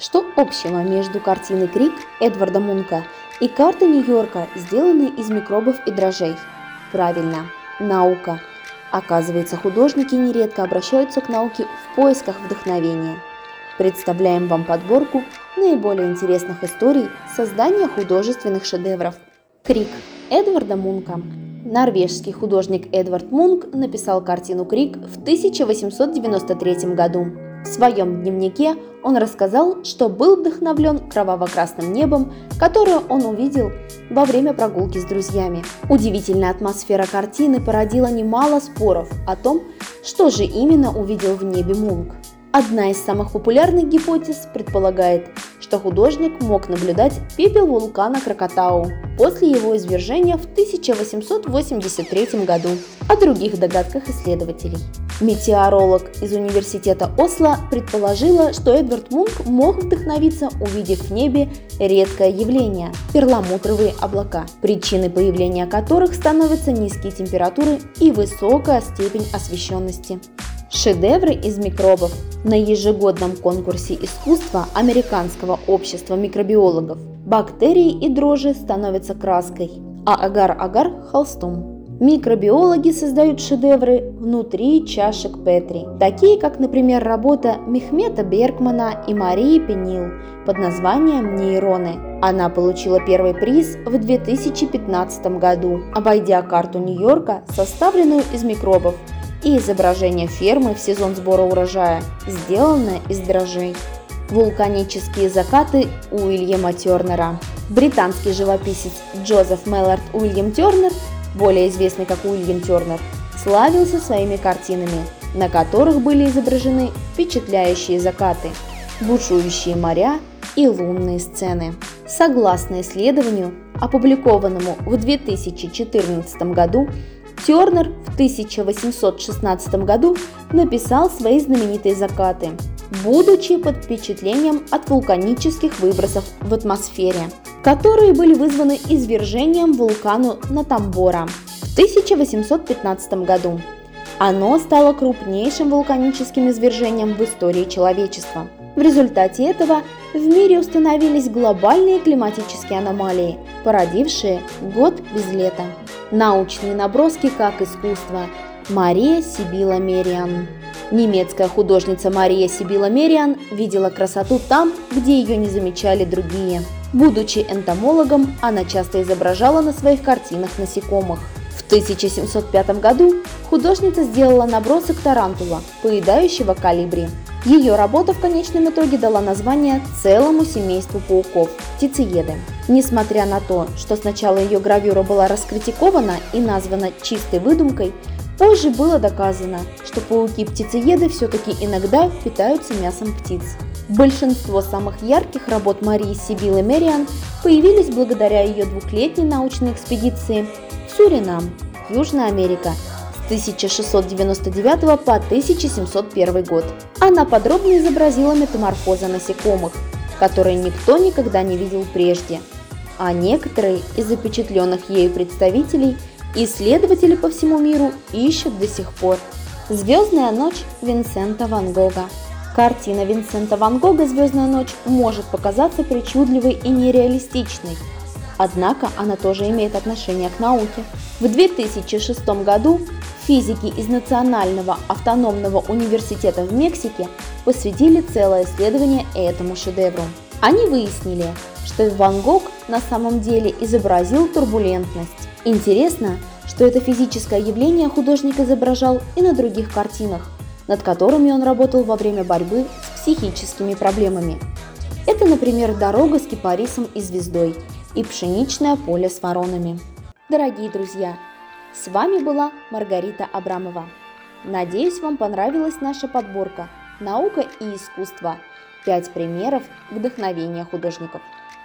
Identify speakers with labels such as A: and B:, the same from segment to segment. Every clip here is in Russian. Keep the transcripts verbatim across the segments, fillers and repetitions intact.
A: Что общего между картиной «Крик» Эдварда Мунка и картой Нью-Йорка, сделанной из микробов и дрожжей? Правильно, наука. Оказывается, художники нередко обращаются к науке в поисках вдохновения. Представляем вам подборку наиболее интересных историй создания художественных шедевров. «Крик» Эдварда Мунка. Норвежский художник Эдвард Мунк написал картину «Крик» в тысяча восемьсот девяносто третьем году. В своем дневнике он рассказал, что был вдохновлен кроваво-красным небом, которое он увидел во время прогулки с друзьями. Удивительная атмосфера картины породила немало споров о том, что же именно увидел в небе Мунк. Одна из самых популярных гипотез предполагает, что художник мог наблюдать пепел вулкана Кракатау после его извержения в тысяча восемьсот восемьдесят третьем году. О других догадках исследователей. Метеоролог из университета Осло предположила, что Эдвард Мунк мог вдохновиться, увидев в небе редкое явление – перламутровые облака, причиной появления которых становятся низкие температуры и высокая степень освещенности. Шедевры из микробов. На ежегодном конкурсе искусства Американского общества микробиологов бактерии и дрожжи становятся краской, а агар-агар – холстом. Микробиологи создают шедевры внутри чашек Петри, такие как, например, работа Мехмета Бергмана и Марии Пенил под названием «Нейроны». Она получила первый приз в две тысячи пятнадцатом году, обойдя карту Нью-Йорка, составленную из микробов, и изображение фермы в сезон сбора урожая, сделанное из дрожжей. Вулканические закаты Уильяма Тернера. Британский живописец Джозеф Мэллард Уильям Тернер, более известный как Уильям Тернер, славился своими картинами, на которых были изображены впечатляющие закаты, бушующие моря и лунные сцены. Согласно исследованию, опубликованному в две тысячи четырнадцатом году, Тернер в тысяча восемьсот шестнадцатом году написал свои знаменитые закаты, будучи под впечатлением от вулканических выбросов в атмосфере, которые были вызваны извержением вулкана Натамбора в тысяча восемьсот пятнадцатом году. Оно стало крупнейшим вулканическим извержением в истории человечества. В результате этого в мире установились глобальные климатические аномалии, породившие год без лета. Научные наброски как искусство. Мария Сибила Мериан. Немецкая художница Мария Сибила Мериан видела красоту там, где ее не замечали другие. Будучи энтомологом, она часто изображала на своих картинах насекомых. В тысяча семьсот пятом году художница сделала набросок тарантула, поедающего колибри. Ее работа в конечном итоге дала название целому семейству пауков – птицееды. Несмотря на то, что сначала ее гравюра была раскритикована и названа чистой выдумкой, позже было доказано, что пауки-птицееды все-таки иногда питаются мясом птиц. Большинство самых ярких работ Марии Сибилы Мериан появились благодаря ее двухлетней научной экспедиции в Суринам, Южная Америка, с тысяча шестьсот девяносто девятого по тысяча семьсот первый год. Она подробно изобразила метаморфозы насекомых, которые никто никогда не видел прежде, а некоторые из запечатленных ею представителей исследователи по всему миру ищут до сих пор. «Звездная ночь» Винсента Ван Гога. Картина Винсента Ван Гога «Звездная ночь» может показаться причудливой и нереалистичной, однако она тоже имеет отношение к науке. В две тысячи шестом году физики из Национального автономного университета в Мексике посвятили целое исследование этому шедевру. Они выяснили, что Ван Гог на самом деле изобразил турбулентность. Интересно, что это физическое явление художник изображал и на других картинах, над которыми он работал во время борьбы с психическими проблемами. Это, например, «Дорога с кипарисом и звездой» и «Пшеничное поле с воронами». Дорогие друзья, с вами была Маргарита Абрамова. Надеюсь, вам понравилась наша подборка «Наука и искусство. пять примеров вдохновения художников».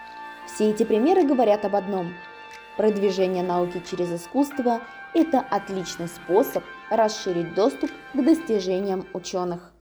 A: Все эти примеры говорят об одном – продвижение науки через искусство – это отличный способ расширить доступ к достижениям ученых.